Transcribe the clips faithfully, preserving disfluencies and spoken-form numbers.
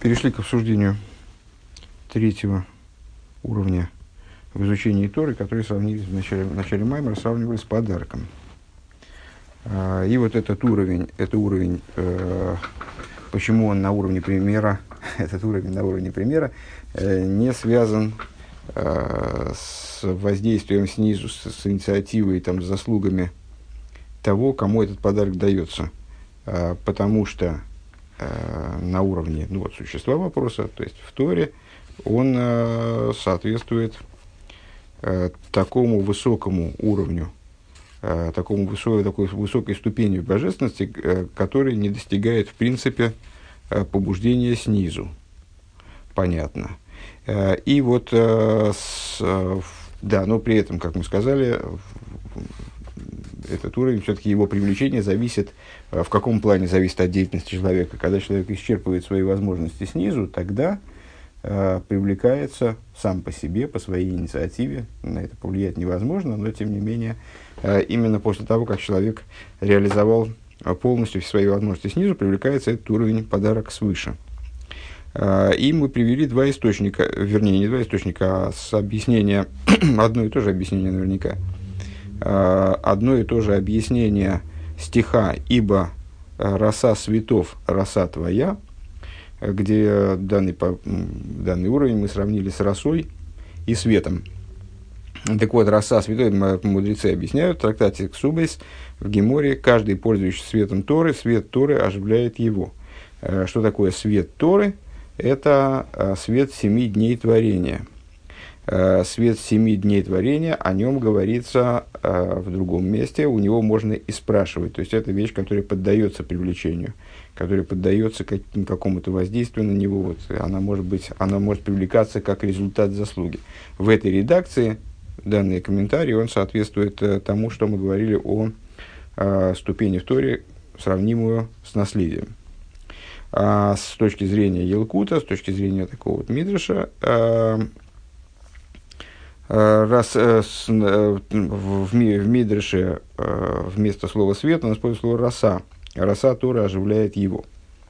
Перешли к обсуждению третьего уровня в изучении Торы, который сравнились в начале, в начале Маймера, сравнивали с подарком. И вот этот уровень, это уровень, э, почему он на уровне примера, этот уровень на уровне примера э, не связан э, с воздействием снизу, с, с инициативой, там, с заслугами того, кому этот подарок дается. Э, потому что э, на уровне ну, вот, существа вопроса, то есть в Торе, он э, соответствует э, такому высокому уровню, э, такому высокой, такой высокой ступени божественности, э, который не достигает, в принципе, э, побуждения снизу. Понятно. Э, и вот, э, с, э, да, но при этом, как мы сказали, этот уровень, все-таки его привлечение зависит, э, в каком плане зависит от деятельности человека. Когда человек исчерпывает свои возможности снизу, тогда привлекается сам по себе, по своей инициативе. На это повлиять невозможно, но тем не менее, именно после того, как человек реализовал полностью все свои возможности снизу, привлекается этот уровень подарок свыше. И мы привели два источника, вернее, не два источника, а с объяснения, одно и то же объяснение наверняка, одно и то же объяснение стиха «Ибо роса светов, роса твоя», где данный, данный уровень мы сравнили с росой и светом. Так вот, роса святой, мудрецы объясняют, в трактате Ксубейс, в Геморе, каждый, пользующийся светом Торы, свет Торы оживляет его. Что такое свет Торы? Это свет семи дней творения. Свет семи дней творения, о нем говорится в другом месте, у него можно и спрашивать. То есть, это вещь, которая поддается привлечению, которая поддается как, какому-то воздействию на него. Вот, она, может быть, она может привлекаться как результат заслуги. В этой редакции данный комментарий, он соответствует э, тому, что мы говорили о э, ступени в Торе, сравнимую с наследием. А с точки зрения Елкута, с точки зрения такого вот Мидраша, э, э, раз э, с, э, в, в Мидраше э, вместо слова «свет» он использует слово «роса». Роса Торы оживляет его.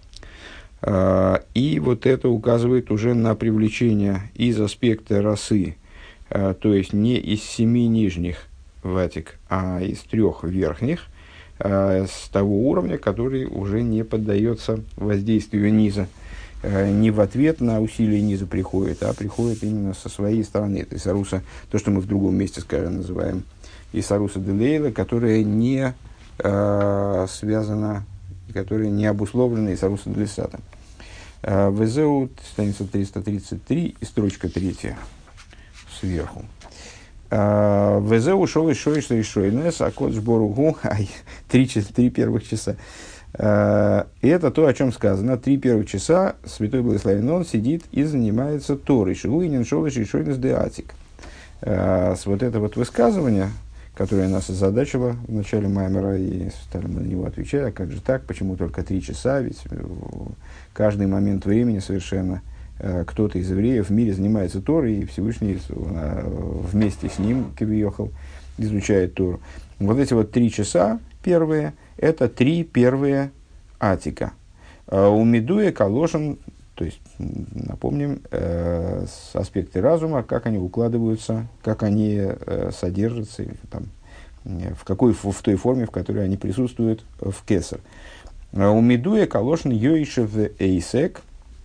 И вот это указывает уже на привлечение из аспекта росы, то есть не из семи нижних ватик, а из трех верхних, с того уровня, который уже не поддается воздействию низа. Не в ответ на усилия низа приходит, а приходит именно со своей стороны. То есть аруса, то, что мы в другом месте, скажем, называем исаруса делейла, которая не связана, которая не обусловлена исаруса делисата. Везеу, страница триста тридцать три и строчка третья сверху. Везеу шел и шой, что и шойнес, а кот сборугу, ай, три, три первых часа. И это то, о чем сказано. Три первых часа святой благословен он сидит и занимается Торой. Шилуинин шел и шойнес деатик. Вот это вот высказывание, которое нас озадачило в начале Маймера, и стали мы на него отвечать, а как же так, почему только три часа, ведь каждый момент времени совершенно кто-то из евреев в мире занимается Торой, и Всевышний вместе с ним, Кивиохал, изучает Тору. Вот эти вот три часа первые, это три первые атика. У Медуя Калошин, то есть, напомним, э, аспекты разума, как они укладываются, как они э, содержатся, там, в, какой, в, в той форме, в которой они присутствуют в Кесар. У Медуя Калошин Йоишев Эйсек.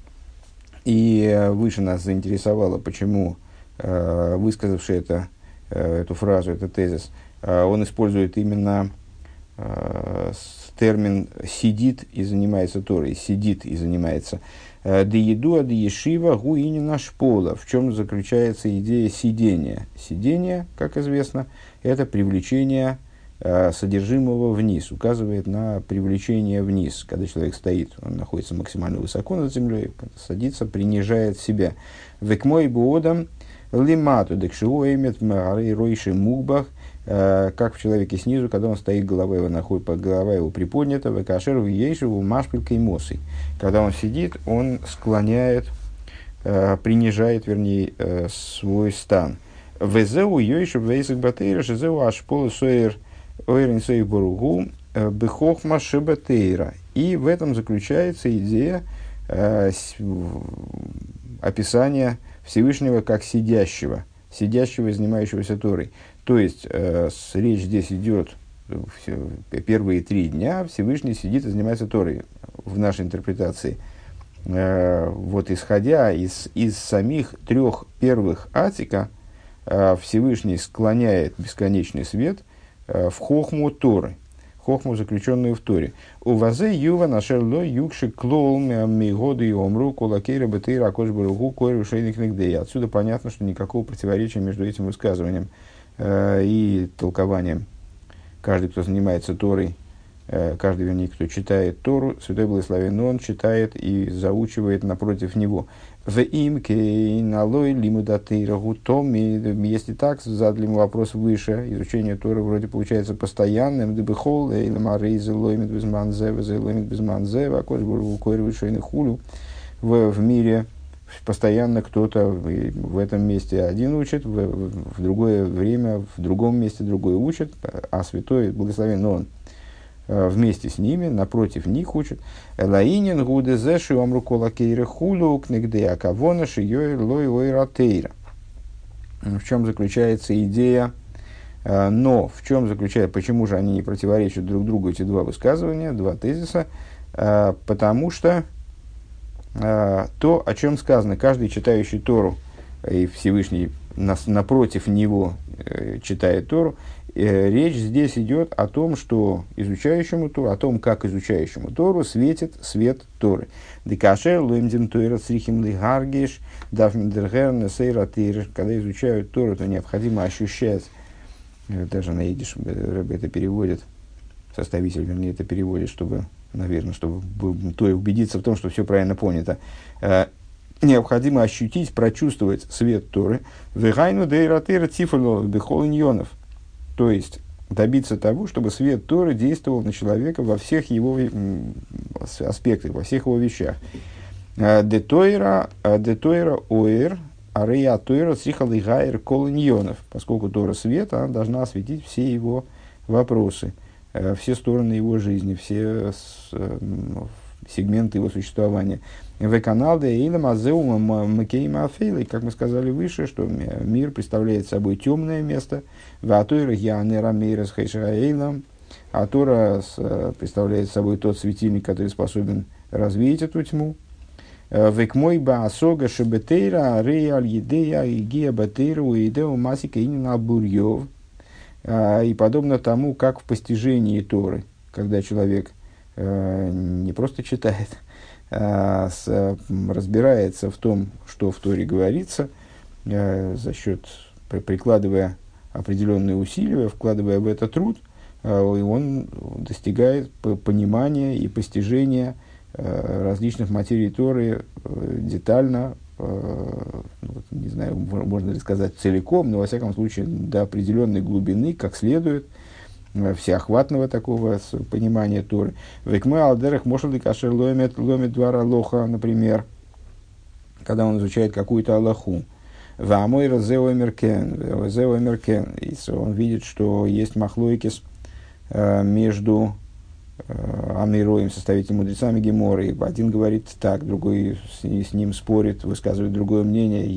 И выше нас заинтересовало, почему, э, высказавший это, э, эту фразу, этот тезис, э, он использует именно э, термин «сидит и занимается Торой», «сидит и занимается». «Деедуа деешива гуини наш пола». В чем заключается идея сидения? Сидение, как известно, это привлечение э, содержимого вниз, указывает на привлечение вниз. Когда человек стоит, он находится максимально высоко над землей, садится, принижает себя. «Векмой буодам лимату декшио эмет маарей ройши мукбах». Как в человеке снизу, когда он стоит, голова его находит, голова его приподнята, векашер вейшеву машпилькой мосой. Когда он сидит, он склоняет, э, принижает, вернее, э, свой стан. Везеу йойшев вейсек батейра, шезеу ашполу соир ойрен соир боругу, бехохма шебатейра. И в этом заключается идея э, с, описание Всевышнего как сидящего, сидящего и занимающегося Торой. То есть, э, с, речь здесь идет, все, первые три дня Всевышний сидит и занимается Торой в нашей интерпретации. Э, вот исходя из, из самих трех первых атика, э, Всевышний склоняет бесконечный свет э, в хохму Торы, хохму, заключенную в Торе. У вазе юва нашерло юкши клол мигоду и омру кулакейра бетейра акош баругу койру шейник нигдей. Отсюда понятно, что никакого противоречия между этим высказыванием э, и толкованием. Каждый, кто занимается Торой, э, каждый, вернее, кто читает Тору, Святой Благословен Он читает и заучивает напротив него. В имке налой лимудатейра гутоми. Если так, задали ему вопрос выше. Изучение Торы вроде получается постоянным. Дебехол эйлемарейзе лоймит безманзе везе лоймит безманзе вакош бургу койру шейны хулю. В мире постоянно кто-то в этом месте один учит, в, в другое время в другом месте другой учит, а Святой Благословен Он вместе с ними, напротив них учит. Элаинин гудезе шиомру колакейре хулу книгдея кавона шиёй лой ойратейра. В чем заключается идея? Но в чем заключается, почему же они не противоречат друг другу, эти два высказывания, два тезиса? Потому что то, о чем сказано, каждый читающий Тору, и Всевышний нас, напротив него э, читает Тору, э, речь здесь идет о том, что изучающему Тору, о том, как изучающему Тору светит свет Торы. Декашер луэмдим тойра црихим лигаргиш дафминдергер несейратир. Когда изучают Тору, то необходимо ощущать, даже на идиш Рэбе это переводит, составитель, вернее, это переводит, чтобы, наверное, чтобы то и убедиться в том, что все правильно понято. Э, необходимо ощутить, прочувствовать свет Торы. Вегайну дейратера цифрло бехол иньонов. То есть, добиться того, чтобы свет Торы действовал на человека во всех его аспектах, во всех его вещах. Детойра оэр арея тойра цихал и гайр кол иньонов. Поскольку Тора света, она должна осветить все его вопросы, все стороны его жизни, все с, э, сегменты его существования. В канале Эйлам Азеума Макейма Афейлой, как мы сказали выше, что мир представляет собой темное место. В Атойра Янера Мейрас Хейша Эйлам. А Тора представляет собой тот светильник, который способен развеять эту тьму. Векмой Баасога Шебетейра Реаль Едея Игия Батейру Идеу Масика Инина Бурьев. И подобно тому, как в постижении Торы, когда человек э, не просто читает, а с, разбирается в том, что в Торе говорится, э, за счет, прикладывая определенные усилия, вкладывая в это труд, э, и он достигает понимания и постижения э, различных материй Торы э, детально, ну, не знаю, можно ли сказать целиком, но во всяком случае до определенной глубины, как следует, всеохватного такого понимания Торы. Векмэ алдерах мошли кашер ломит ломит двара лоха, например, когда он изучает какую-то аллаху. Вамой разео меркен, разео меркен, и он видит, что есть махлойкис между Амироем, составителем мудрецами Геморы. Один говорит так, другой с, с ним спорит, высказывает другое мнение.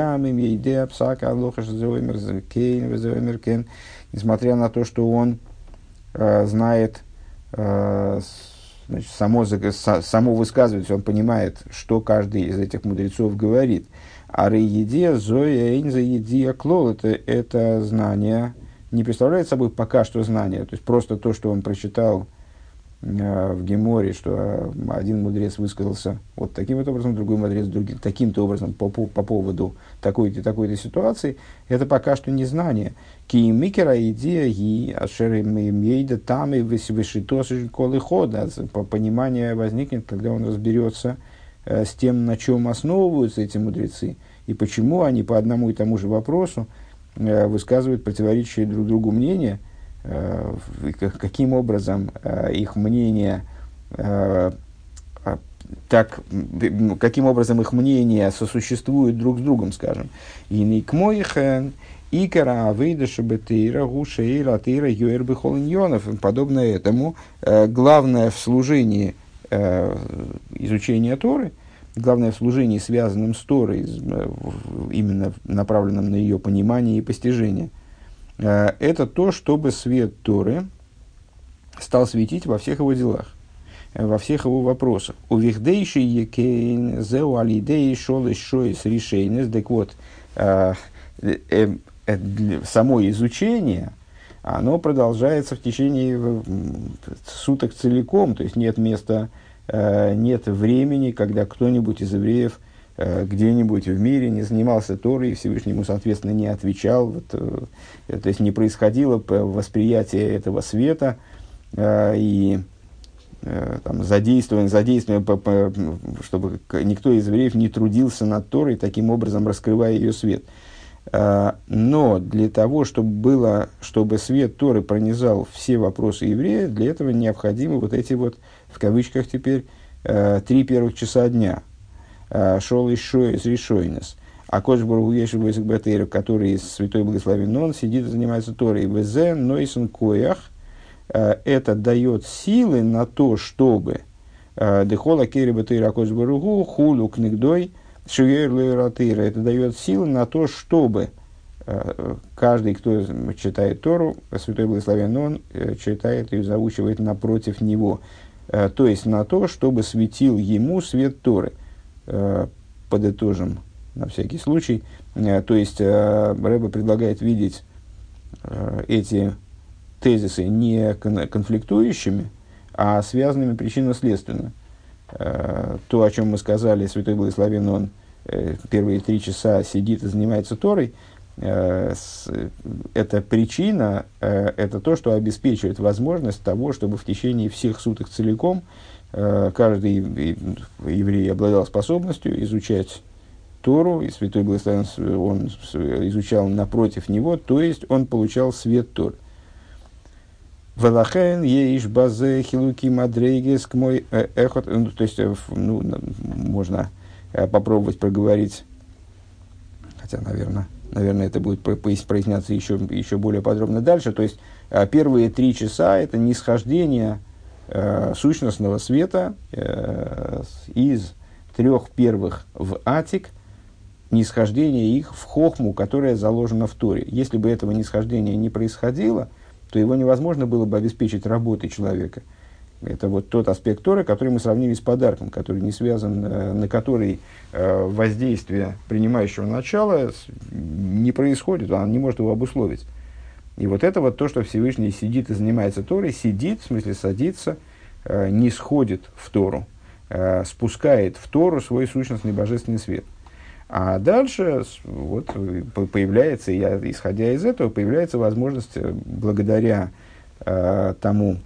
Несмотря на то, что он э, знает, э, значит, само, само высказывается, он понимает, что каждый из этих мудрецов говорит. А рейедия, зоя, эйнза, едия, клол, это, это знание не представляет собой пока что знание. То есть просто то, что он прочитал в Геморе, что один мудрец высказался вот таким вот образом, другой мудрец другим, таким-то образом по, по, по поводу такой-то такой-то ситуации, это пока что не знание. Ки микера идея и ашеры мейда там и вышитосы колы хода. Понимание возникнет, когда он разберется э, с тем, на чем основываются эти мудрецы, и почему они по одному и тому же вопросу э, высказывают противоречащие друг другу мнения, каким образом э, их мнение э, так, каким образом их мнения сосуществуют друг с другом, скажем. И никмойхен икара выйдешь бетира гушейра тира юэрбы холиньонов. Подобно этому, э, главное в служении э, изучения Торы главное в служении, связанном с Торой, именно направленном на ее понимание и постижение, это то, чтобы свет Торы стал светить во всех его делах, во всех его вопросах. У вихдейши екейн зеу алидей шол шойс решейнес. Так вот, э, э, э, само изучение, оно продолжается в течение суток целиком, то есть нет места, э, нет времени, когда кто-нибудь из евреев э, где-нибудь в мире не занимался Торой и Всевышнему, соответственно, не отвечал. Вот, э, то есть не происходило восприятие этого света э, и там, задействован, задействован, чтобы никто из евреев не трудился над Торой, таким образом раскрывая ее свет. Но для того, чтобы, было, чтобы свет Торы пронизал все вопросы еврея, для этого необходимы вот эти вот, в кавычках теперь, три первых часа дня. Шол и шоис решойнес. А Кодж Барух Ешев Войсек Бетейров, который Святой Благословен Он, сидит и занимается Торой. Везе нойсен коях. Это дает силы на то, чтобы дехола кереба тейра Кодж Баругу хулу книгдой шуер лейратейра. Это дает силы на то, чтобы каждый, кто читает Тору, Святой Благословен Он, читает и заучивает напротив него. То есть на то, чтобы светил ему свет Торы. Подытожим на всякий случай. То есть Рэбе предлагает видеть эти тезисы не конфликтующими, а связанными причинно-следственно. То, о чем мы сказали, Святой Благословен Он первые три часа сидит и занимается Торой, эта причина, это то, что обеспечивает возможность того, чтобы в течение всех суток целиком каждый еврей обладал способностью изучать Тору, и Святой Благословен Он изучал напротив него, то есть он получал свет Торы. Валахен еиш базе хилуки мадрейгес к мой эхот. Ну, то есть, ну, можно попробовать проговорить, хотя, наверное, наверное, это будет проясняться еще, еще более подробно дальше. То есть, первые три часа – это нисхождение э, сущностного света э, из трех первых в атик, нисхождение их в хохму, которая заложена в Торе. Если бы этого нисхождения не происходило, то его невозможно было бы обеспечить работой человека. Это вот тот аспект Торы, который мы сравнили с подарком, который не связан, на который воздействие принимающего начала не происходит, он не может его обусловить. И вот это вот то, что Всевышний сидит и занимается Торой, сидит, в смысле садится, не сходит в Тору, спускает в Тору свой сущностный божественный свет. А дальше вот, появляется, и исходя из этого, появляется возможность, благодаря э, тому,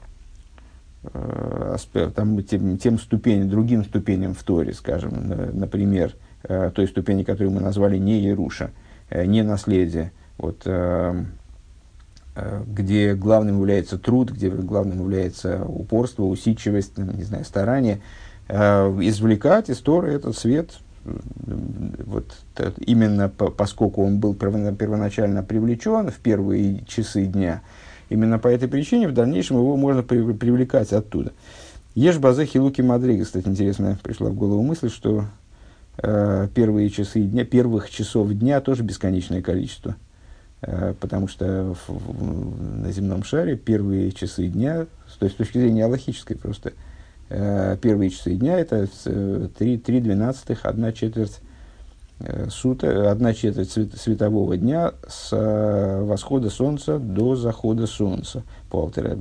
э, тому тем, тем ступеням, другим ступеням в Торе, скажем, э, например, э, той ступени, которую мы назвали не Еруша, э, не наследие, вот, э, э, где главным является труд, где главным является упорство, усидчивость, не знаю, старание, э, извлекать из Торы этот свет. Вот, именно по, поскольку он был первоначально привлечен в первые часы дня, именно по этой причине в дальнейшем его можно при, привлекать оттуда. Еш базе хилуки мадрига. Кстати, интересно, пришла в голову мысль, что э, первые часы дня, первых часов дня тоже бесконечное количество. Э, потому что в, в, на земном шаре первые часы дня, то есть с точки зрения аллахической просто, первые часы дня – это три двенадцатых, одна четверть суток, одна четверть светового дня с восхода солнца до захода солнца по Алтер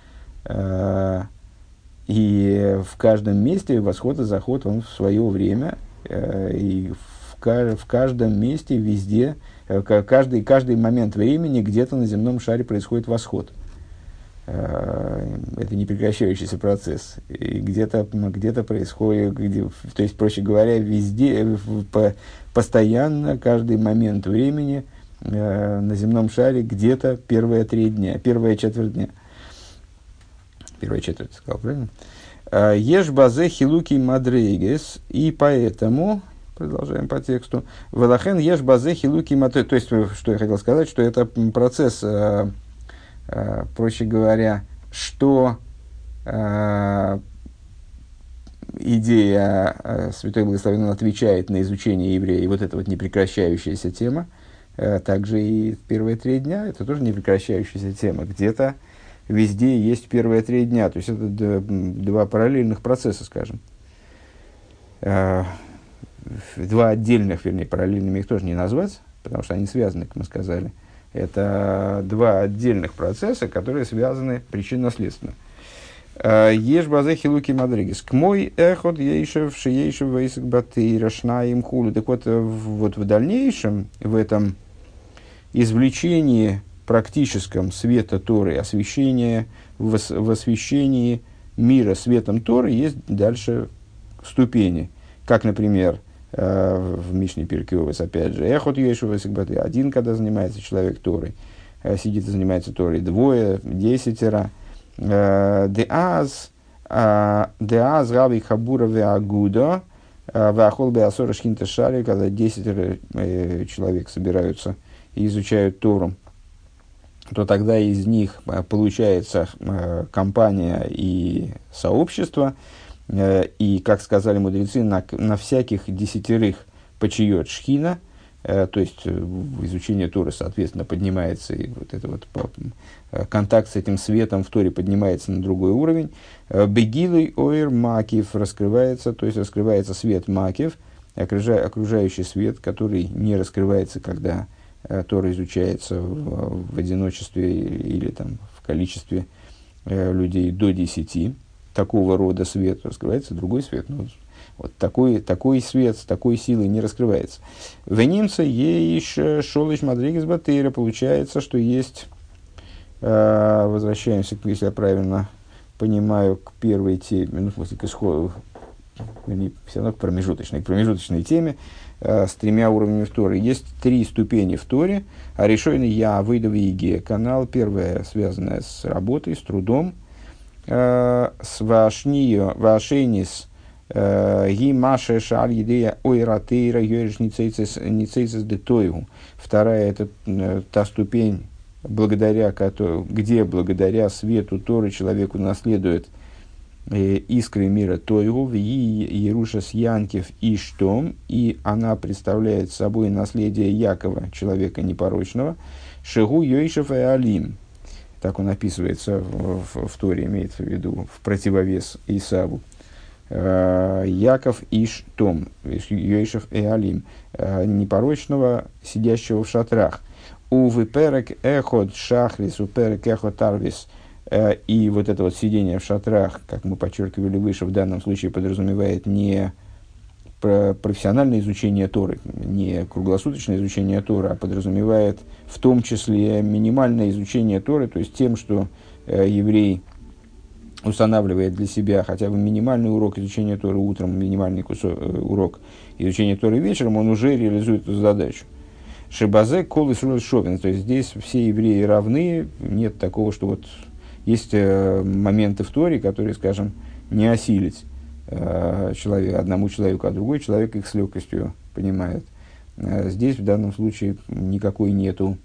Ребе. И в каждом месте восход и заход он в свое время, и в, в каждом месте, везде, каждый, каждый момент времени где-то на земном шаре происходит восход. Это непрекращающийся процесс. И где-то, где-то происходит, где, то есть, проще говоря, везде, по, постоянно, каждый момент времени э, на земном шаре где-то первые три дня, первая четверть дня. Первая четверть, сказал, правильно? Еш базе хилуки мадрейгес, и поэтому, продолжаем по тексту, велахен еш базе хилуки мадрейгес, то есть, что я хотел сказать, что это процесс, э, Uh, проще говоря, что uh, идея э, Святой Благословен отвечает на изучение еврея, и вот эта вот непрекращающаяся тема, э, также и первые три дня, это тоже непрекращающаяся тема. Где-то везде есть первые три дня, то есть это д- два параллельных процесса, скажем. Э, два отдельных, вернее, параллельными их тоже не назвать, потому что они связаны, как мы сказали. Это два отдельных процесса, которые связаны причинно-следственно. Еш базехи луки мадригис. К мой эхот ейшев шиейшев вейсик батыра шнаим хулю. Так вот, вот в дальнейшем, в этом извлечении практическом света Торы, освещения, в, в освещении мира светом Торы есть дальше ступени. Как, например, в Мишне Пиркей Овес, опять же, эхот ейшев вейсик батыра. Один, когда занимается человек Торой, сидит и занимается Торой, двое, десятеро. Деаз Деаз Раби Хабура Веагуда Веахол Беасора Шхинта Шари, когда десять человек собираются и изучают Тору, то тогда из них получается компания и сообщество, и, как сказали мудрецы, на, на всяких десятерых почиет шхина, то есть изучение Торы, соответственно, поднимается, и вот это вот контакт с этим светом в Торе поднимается на другой уровень. Бегилый ойр макив раскрывается, то есть раскрывается свет макив, окружающий свет, который не раскрывается, когда Тора изучается в, в одиночестве или там, в количестве людей до десяти. Такого рода свет раскрывается, другой свет. Ну, вот такой, такой свет с такой силой не раскрывается. В немце ейш шолыш мадригес батыра. Получается, что есть... Э, возвращаемся, если я правильно понимаю, к первой теме, ну, в смысле, к исходу, все равно к промежуточной, к промежуточной теме э, с тремя уровнями в Торе. Есть три ступени в Торе. А решойный я выйду в Еге. Канал. Первая, связанная с работой, с трудом. Э, с вашнио, вашенис, ги маше шаль едея ойратейра йориш ницейцес детоеву. Вторая, это э, та ступень, благодаря которой, где благодаря свету Торы человеку наследует э, искры мира Тойгу, в Ерушас Янкев и Штом, и она представляет собой наследие Якова, человека непорочного, Шегу Йойшев и Алим. Так он описывается в, в, в Торе, имеется в виду в противовес Исаву. Э, Яков и Штом, Йойшев и Алим, э, непорочного, сидящего в шатрах. У выперек эхот шахрис, у перек эхот арвис. И вот это вот сидение в шатрах, как мы подчеркивали выше, в данном случае подразумевает не профессиональное изучение Торы, не круглосуточное изучение Торы, а подразумевает в том числе минимальное изучение Торы, то есть тем, что еврей устанавливает для себя хотя бы минимальный урок изучения Торы утром, минимальный кусок, урок изучения Торы вечером, он уже реализует эту задачу. Шибазе колы шовин, то есть здесь все евреи равны, нет такого, что вот есть э, моменты в Торе, которые, скажем, не осилить э, человек, одному человеку, а другой человек их с легкостью понимает. Э, здесь в данном случае никакой нету,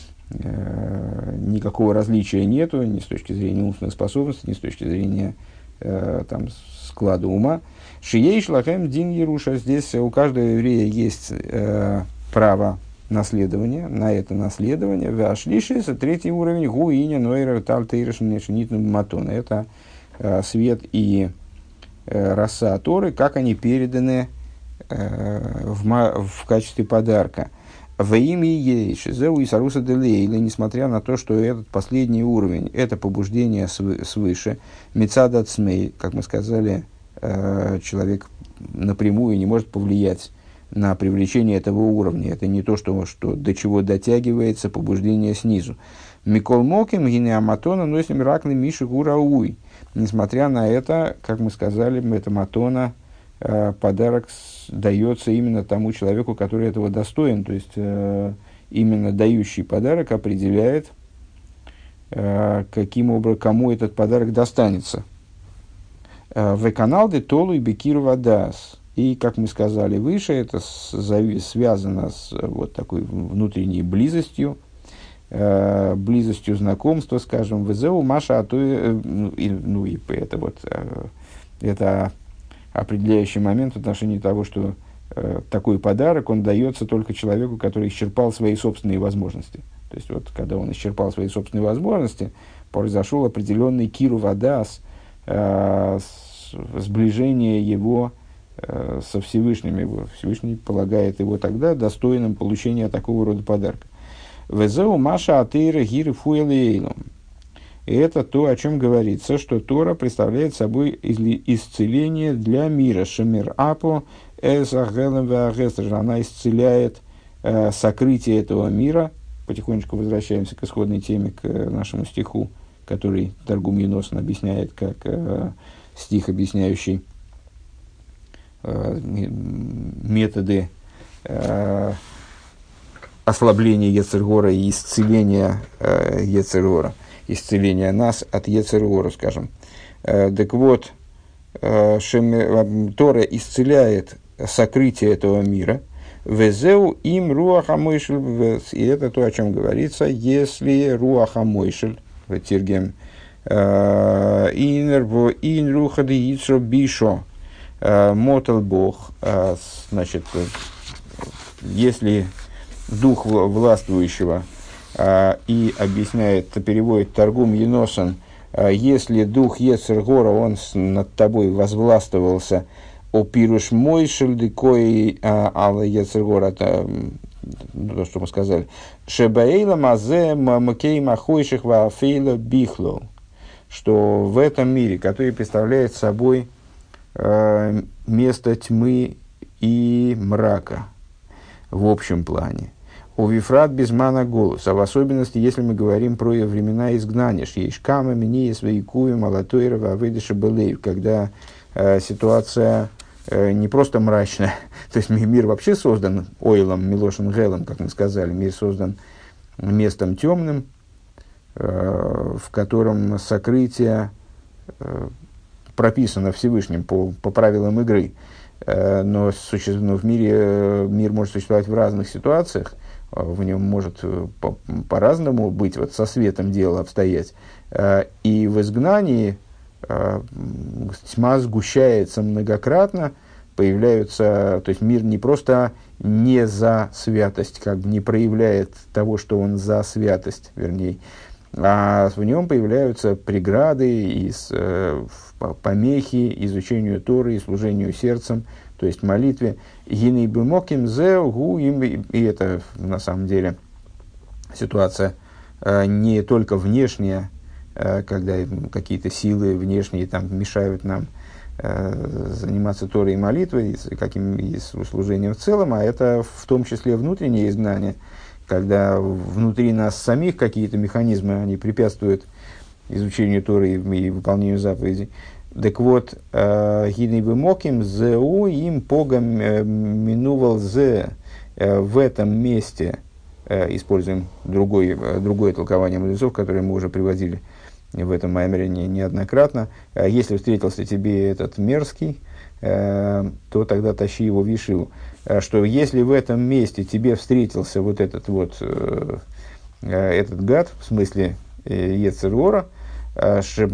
э, никакого различия нету, ни с точки зрения умственных способностей, ни с точки зрения э, там, склада ума. Шией шлахем дин Еруша, здесь у каждого еврея есть э, право наследование, на это наследование. Вашлишис, третий уровень, гуиня, нойра, талтейриш, нешнитну матона. Это э, свет и э, роса Торы, как они переданы э, в, ма- в качестве подарка. В имя Ейши, Зеу и Саруса Делейла, несмотря на то, что этот последний уровень, это побуждение свыше, Мецада Цмей, как мы сказали, э, человек напрямую не может повлиять на привлечение этого уровня. Это не то, что, что до чего дотягивается побуждение снизу. Микол Моким, Гинеаматона, носим ракны Миши Гурауй. Несмотря на это, как мы сказали, это матона, э, подарок с, дается именно тому человеку, который этого достоин. То есть, э, именно дающий подарок определяет, э, каким образом, кому этот подарок достанется. В канал де Толу и Бекир Вадас. И, как мы сказали выше, это с, связано с вот такой внутренней близостью, э, близостью знакомства, скажем, в Изеу, Маша, а то, э, ну, и, ну, и это вот, э, это определяющий момент в отношении того, что э, такой подарок, он дается только человеку, который исчерпал свои собственные возможности. То есть, вот, когда он исчерпал свои собственные возможности, произошел определенный киру вадас, э, сближение его э, со Всевышним. Его. Всевышний полагает его тогда достойным получения такого рода подарка. «Везеу маша атеира гиры фуэлейлом». И это то, о чем говорится, что Тора представляет собой исцеление для мира. Шемир апо эсахелем веагестр. Она исцеляет э, сокрытие этого мира. Потихонечку возвращаемся к исходной теме, к э, нашему стиху, который Таргум Йеносон объясняет как э, стих, объясняющий э, методы э, ослабления Йецер Гора и исцеления э, Йецер Гора. Исцеления нас от Йецер Гора, скажем. Э, так вот, э, шем, Тора исцеляет сокрытие этого мира. Везеу им руаха мойшель. И это то, о чем говорится, если руаха мойшель, Тиргем, инер во ин руха де ицро бишо, мотал Бог, значит, если дух властвующего, и объясняет, переводит Таргум Йеносон, если дух Йецер Гора, он над тобой возвластвовался, о пируш мойшель декой алла Йецер Гора, это то, что мы сказали, шебаэйла мазе макей махойших вафейла бихло, что в этом мире, который представляет собой э, место тьмы и мрака в общем плане, у вифрат безмана голос, а в особенности, если мы говорим про времена изгнания, шейшкама, минея, своикую, малатойра, вавыдыша, белеев, когда э, ситуация э, не просто мрачная, то есть мир вообще создан ойлом, милошем гелом, как мы сказали, мир создан местом темным, э, в котором сокрытие э, прописано Всевышним по, по правилам игры, э, но, суще, но в мире э, мир может существовать в разных ситуациях, в нем может по, по-разному быть, вот со светом дело обстоять. И в изгнании тьма сгущается многократно, появляются, то есть мир не просто не за святость, как бы не проявляет того, что он за святость, вернее, а в нем появляются преграды, и помехи изучению Торы и служению сердцем, то есть молитве. И это на самом деле ситуация э, не только внешняя, э, когда какие-то силы внешние там, мешают нам э, заниматься Торой и молитвой, и, каким, и служением в целом, а это в том числе внутреннее изгнание, когда внутри нас самих какие-то механизмы они препятствуют изучению Торы и, и выполнению заповедей. Так вот, гидный бы моким зеу им погом минувал зе, в этом месте, используем другой, другое толкование мудрецов, которое мы уже приводили в этом маймере неоднократно. Если встретился тебе этот мерзкий, то тогда тащи его в Ешиву. Что если в этом месте тебе встретился вот этот вот этот гад, в смысле Йецер Гора, если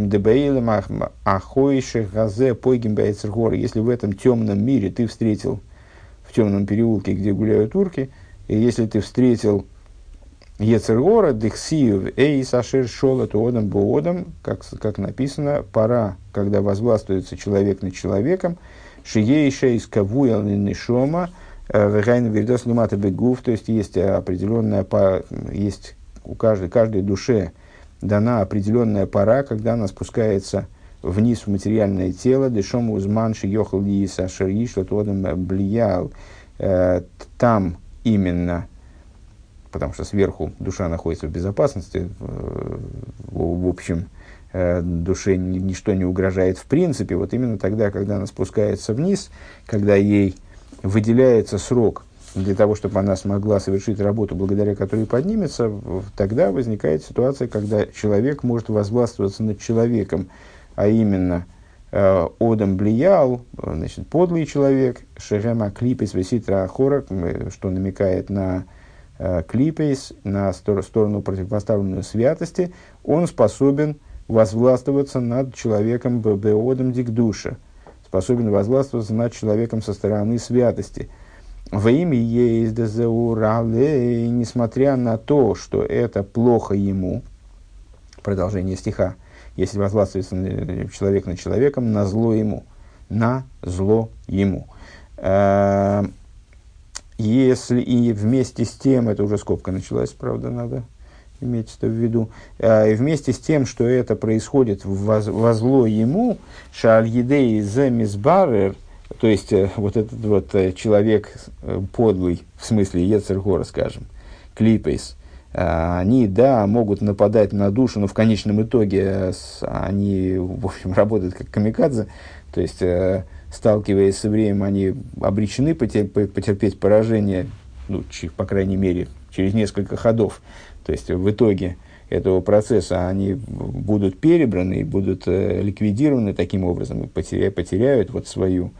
в этом темном мире ты встретил, в темном переулке, где гуляют турки, и если ты встретил Йецер Гора, дихсиев эй сашер шола туодам боодам, как как написано, пора, когда возвластвуется человек над человеком, шиейша из кавуял нишома, вегайн вирдос лимата бегув, то есть есть определенная, есть у каждой каждой душе дана определенная пора, когда она спускается вниз в материальное тело, дешому узманши йохал иса шериш лотодам блиял, там именно, потому что сверху душа находится в безопасности, в общем, душе ничто не угрожает в принципе, вот именно тогда, когда она спускается вниз, когда ей выделяется срок для того, чтобы она смогла совершить работу, благодаря которой поднимется, тогда возникает ситуация, когда человек может возглавствоваться над человеком, а именно э, Одам Блиял, значит, подлый человек, Шерема Клипейс Веситра Ахора, что намекает на э, Клипейс, на стор- сторону противопоставленную святости, он способен возглавствоваться над человеком Беодам Дикдуша, способен возглавствоваться над человеком со стороны святости. Во имя есть дезеурале, несмотря на то, что это плохо ему, продолжение стиха, если возглавствуется человек над человеком, на зло ему, на зло ему. Если и вместе с тем, это уже скобка началась, правда, надо иметь это в виду, и вместе с тем, что это происходит во, во зло ему, шааль-едей земисбарер, то есть вот этот вот человек подлый, в смысле Ецер-Гора, скажем, клипейс, они, да, могут нападать на душу, но в конечном итоге они, в общем, работают как камикадзе, то есть, сталкиваясь с евреем, они обречены потерпеть поражение, ну, по крайней мере, через несколько ходов. То есть, в итоге этого процесса они будут перебраны, будут э, ликвидированы таким образом, и потеря, потеряют вот свою,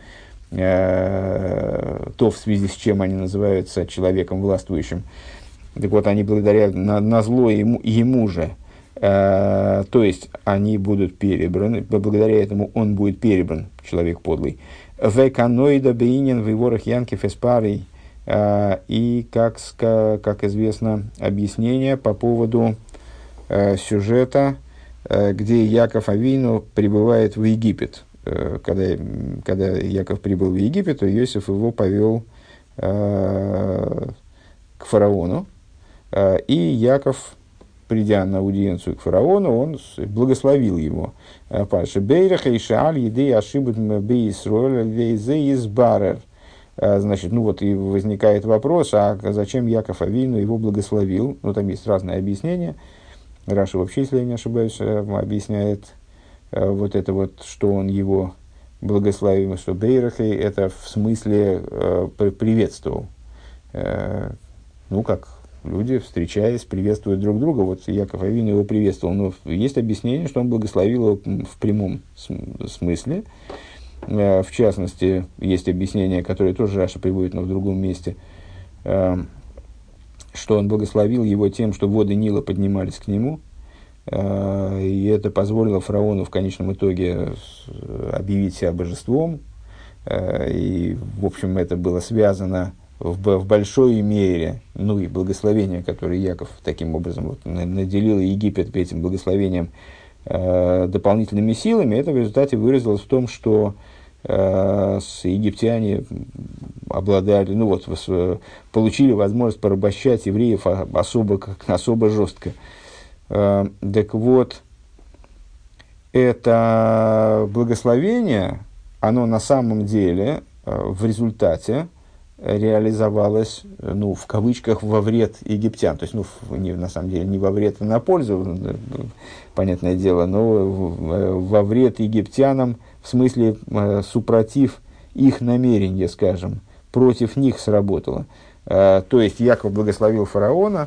э, то, в связи с чем они называются человеком властвующим. Так вот, они благодаря, на, на зло ему, ему же, э, то есть, они будут перебраны, благодаря этому он будет перебран, человек подлый. «Веканоида бейнин виворах янкив эспарий». И, как, как известно, объяснение по поводу э, сюжета, э, где Яков Авину прибывает в Египет. Э, когда, когда Яков прибыл в Египет, то Иосиф его повел э, к фараону. Э, и Яков, придя на аудиенцию к фараону, он благословил его. «Паша бейраха и шааль едей ашибут бейсроль вейзе избарер». Значит, ну вот и возникает вопрос, а зачем Яков Авину его благословил? Ну, там есть разные объяснения. Раша вообще, если я не ошибаюсь, объясняет вот это вот, что он его благословил, что Бейрахей, это в смысле э, приветствовал. Э, ну, как люди, встречаясь, приветствуют друг друга. Вот Яков Авину его приветствовал. Но есть объяснение, что он благословил его в прямом смысле. В частности, есть объяснение, которое тоже Раша приводит, но в другом месте, что он благословил его тем, что воды Нила поднимались к нему, и это позволило фараону в конечном итоге объявить себя божеством, и, в общем, это было связано в, в большой мере, ну и благословение, которое Яков таким образом вот, наделил Египет этим благословением, дополнительными силами, это в результате выразилось в том, что э, с египтяне обладали, ну вот, с, получили возможность порабощать евреев особо, как, особо жестко. Э, так вот, это благословение, оно на самом деле э, в результате реализовалось, ну, в кавычках, во вред египтян. То есть, ну, не, на самом деле, не во вред, а на пользу, понятное дело, но во вред египтянам, в смысле, супротив их намерения, скажем, против них сработало. То есть, Яков благословил фараона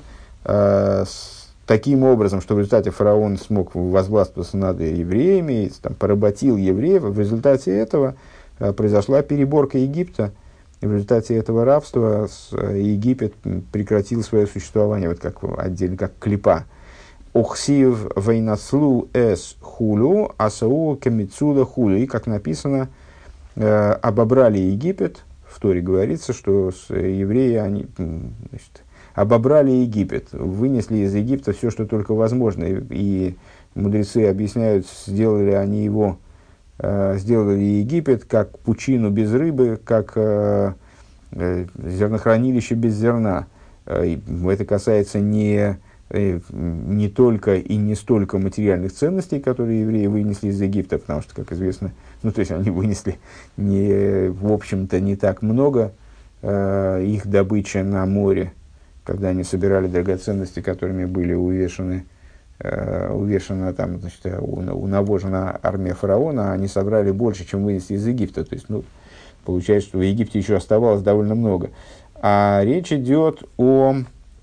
таким образом, что в результате фараон смог возглавствоваться над евреями, там, поработил евреев. В результате этого произошла переборка Египта. И в результате этого рабства Египет прекратил свое существование, вот как отдельно, как клипа. Охсив вейнаслу эс хулю, асау камицула хулю. И, как написано, э, обобрали Египет. В Торе говорится, что евреи, они, значит, обобрали Египет, вынесли из Египта все, что только возможно. И, и мудрецы объясняют, сделали они его, э, сделали Египет как пучину без рыбы, как э, э, зернохранилище без зерна. Э, это касается не, э, не только и не столько материальных ценностей, которые евреи вынесли из Египта, потому что, как известно, ну, то есть они вынесли, не, в общем-то, не так много, э, их добыча на море, когда они собирали драгоценности, которыми были увешаны, э, увешана, там, значит, унавожена армия фараона, они собрали больше, чем вынесли из Египта. То есть, ну, получается, что в Египте еще оставалось довольно много. А речь идет о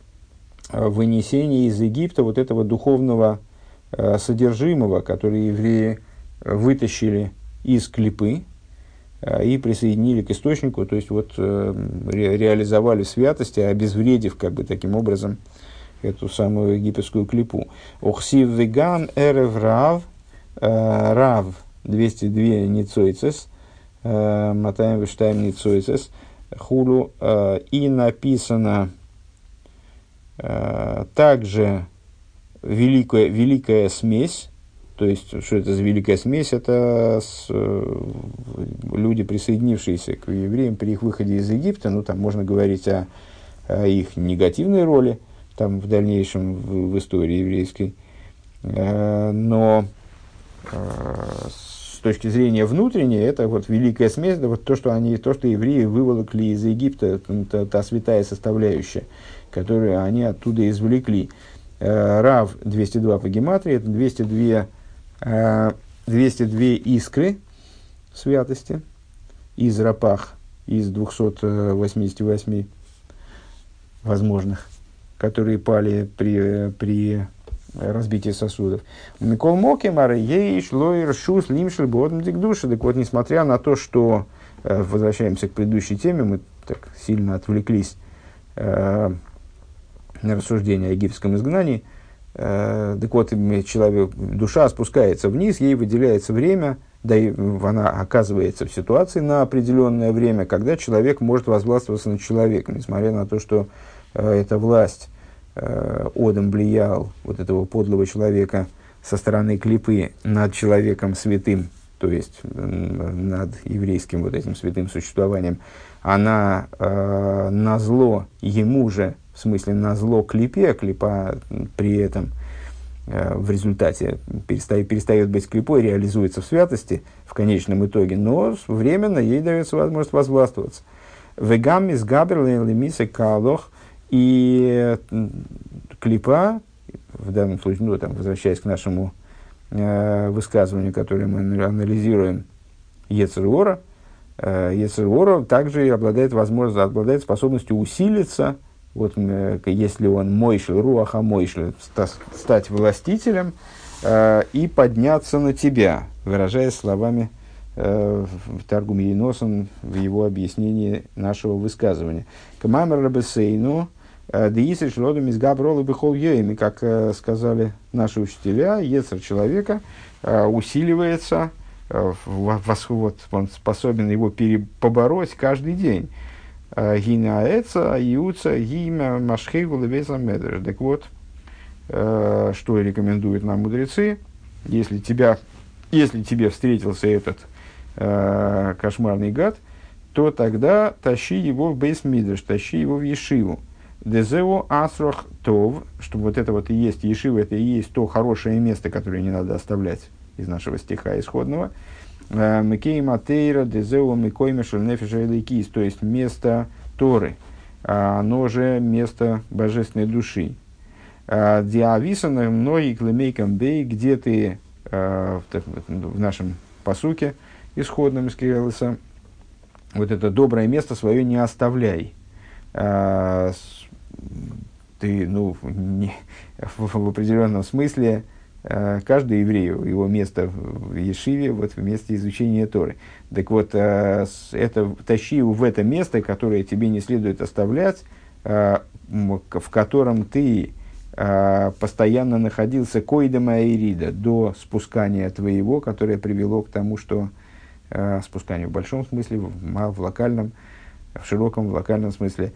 вынесении из Египта вот этого духовного э, содержимого, которое евреи вытащили из клипы э, и присоединили к источнику, то есть вот э, ре, реализовали святости, обезвредив как бы таким образом эту самую египетскую клипу. Охсив веган эрев рав, рав двести два ницойцес, Матаем Виштайм Ницойсес Хулу. И написано также великая, великая смесь. То есть, что это за великая смесь? Это с, люди, присоединившиеся к евреям при их выходе из Египта. Ну, там можно говорить о, о их негативной роли там, в дальнейшем в, в истории еврейской. Но с точки зрения внутренней, это вот великая смесь, это вот то, что они, то, что евреи выволокли из Египта, та, та святая составляющая, которую они оттуда извлекли. Рав двести два по гематрии, это двести два, двести два искры святости из рапах, из двухсот восьмидесяти восьми возможных, которые пали при, при разбитии сосудов. Микол Мокемар, ейш, лойер, шус, лимшель, бодм дикдуши. Так вот, несмотря на то, что, возвращаемся к предыдущей теме, мы так сильно отвлеклись на рассуждение о египетском изгнании. Э, так вот, человек, душа спускается вниз, ей выделяется время, да и она оказывается в ситуации на определенное время, когда человек может возглавствоваться над человеком, несмотря на то, что э, эта власть э, Одом влиял, вот этого подлого человека со стороны клипы над человеком святым, то есть э, над еврейским вот этим святым существованием, она э, назло ему же, в смысле назло клипе, клипа при этом э, в результате перестает, перестает быть клипой, реализуется в святости в конечном итоге, но временно ей дается возможность возглавствоваться. Вегам из габерлен лемисе калох, и клипа, в данном случае, ну, там, возвращаясь к нашему э, высказыванию, которое мы анализируем, Йецер Ора, Йецер Ора также обладает возможностью, обладает способностью усилиться, вот, если он мойшель, руаха мойшель, стать властителем э, и подняться на тебя, выражаясь словами э, в Таргуме Еносом в его объяснении нашего высказывания. Камамер рабесейну деисер шлодом из габрола бихол йоими, как э, сказали наши учителя, Йецер человека э, усиливается, вот, он способен его пере, побороть каждый день. Гинаэца, аюца, гимя, машхейгу, левеза, медреш. Так вот, что рекомендуют нам мудрецы, если, тебя, если тебе встретился этот э, кошмарный гад, то тогда тащи его в бейс мидреш, тащи его в ешиву. Дезео асрох тов, чтобы вот это вот и есть ешива, это и есть то хорошее место, которое не надо оставлять из нашего стиха исходного. Мекей матейра дезеу мекой мешель нефеша элейкис, то есть место Торы, оно же место божественной души. Диависана многие клемейкам бей, где ты в нашем пасуке исходном из Кириллиса, вот это доброе место свое не оставляй. Ты, ну, не, в, в определенном смысле каждый еврей, его место в Ешиве, вот в месте изучения Торы. Так вот, это, тащи его в это место, которое тебе не следует оставлять, в котором ты постоянно находился койдем аэрида, до спускания твоего, которое привело к тому, что спускание в большом смысле, в, в локальном, в широком, в локальном смысле,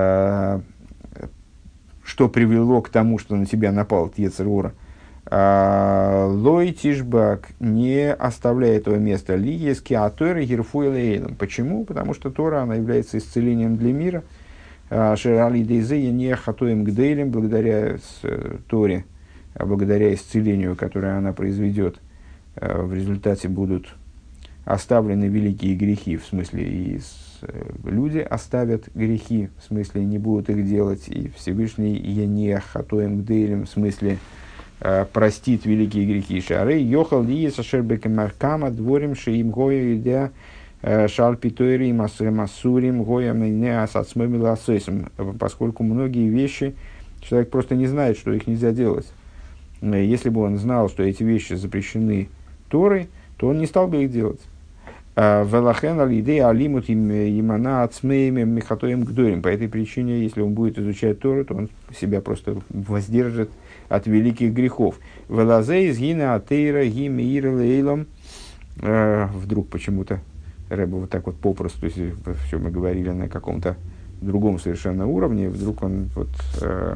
что привело к тому, что на тебя напал Йецер Ора. Лой тишбак, не оставляй этого места. Лиески аторы гирфуэлэйлом. Почему? Потому что Тора, она является исцелением для мира. Шерали дейзе не хатоем гдейлем, благодаря Торе, благодаря исцелению, которое она произведет, в результате будут оставлены великие грехи, в смысле и люди оставят грехи, в смысле не будут их делать, и Всевышний не хатоем гдейлем, в смысле простит великие грехи. Шары йохал лиеса шербекамаркама дворим шиим гоя идя шалпитойри масурим гоя мне асацмой асойсом. Поскольку многие вещи человек просто не знает, что их нельзя делать. Если бы он знал, что эти вещи запрещены Торой, то он не стал бы их делать. Велахен алидея алимут имана ацмеями михатоем гдорим. По этой причине, если он будет изучать Тору, то он себя просто воздержит от великих грехов. Велазе из гина атеира гимеира лейлом. Вдруг почему-то Рэбе вот так вот попросту, если все мы говорили на каком-то другом совершенно уровне, вдруг он вот, э,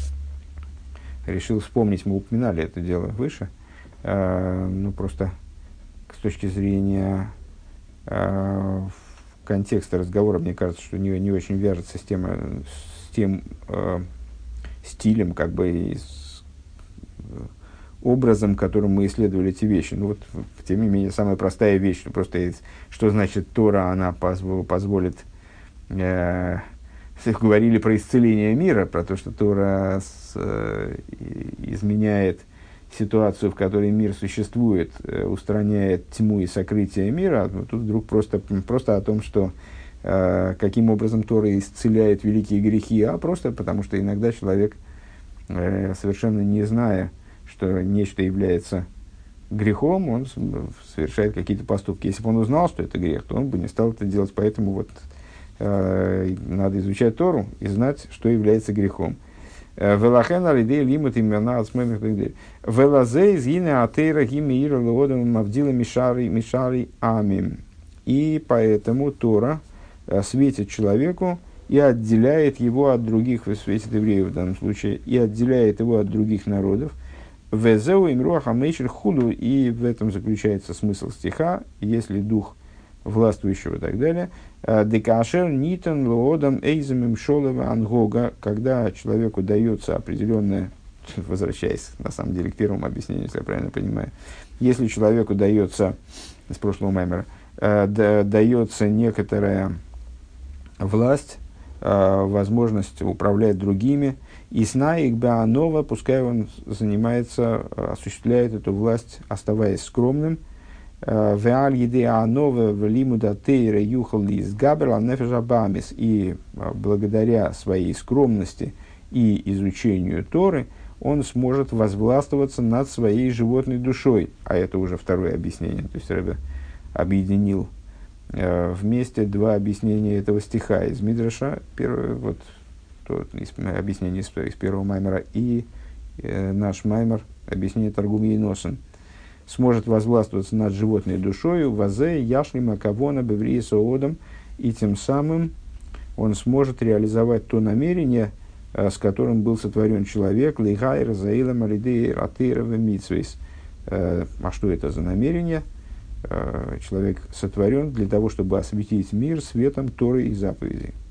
решил вспомнить, мы упоминали это дело выше, э, ну просто с точки зрения э, контекста разговора, мне кажется, что не, не очень вяжется с тем, с тем э, стилем, как бы, и с образом, которым мы исследовали эти вещи. Ну вот, тем не менее, самая простая вещь, что просто, что значит Тора, она позво, позволит, э, говорили про исцеление мира, про то, что Тора с, э, изменяет ситуацию, в которой мир существует, э, устраняет тьму и сокрытие мира. Но тут вдруг просто, просто о том, что э, каким образом Тора исцеляет великие грехи, а просто потому, что иногда человек, э, совершенно не зная, что нечто является грехом, он совершает какие-то поступки. Если бы он узнал, что это грех, то он бы не стал это делать. Поэтому вот, э, надо изучать Тору и знать, что является грехом. Велахен алидей лимут имена отсмемих тагдей. Велазей згине атеира гимеира леодам мавдила мишари мишари амим. И поэтому Тора светит человеку и отделяет его от других, светит евреев в данном случае, и отделяет его от других народов. Везеу имруах амейшер худу, и в этом заключается смысл стиха, если дух властвующего и так далее. Декашер нитан лоодам эйзамим шолева ангога, когда человеку дается определенное, возвращаясь на самом деле к первому объяснению, если я правильно понимаю, если человеку дается, с прошлого маймера, дается некоторая власть, возможность управлять другими, и снаик беанова, пускай он занимается, осуществляет эту власть, оставаясь скромным. Веаль еде анова в лимуда тейра юхал лиз габерла нефежабамис, и благодаря своей скромности и изучению Торы он сможет возвластвоваться над своей животной душой. А это уже второе объяснение. То есть Ребе объединил э, вместе два объяснения этого стиха из Мидраша, первое, вот, то, из, объяснение из, из первого маймера, и э, наш маймер, объяснение Таргум Ейносен, сможет возгластвоваться над животной душою, вазе, яшлима, кавона, беврии, соодом, и тем самым он сможет реализовать то намерение, э, с которым был сотворен человек, лейгай, разаилам, алидей, атеирова, митсвейс. Э, а что это за намерение? Э, человек сотворен для того, чтобы осветить мир светом Торы и заповедей.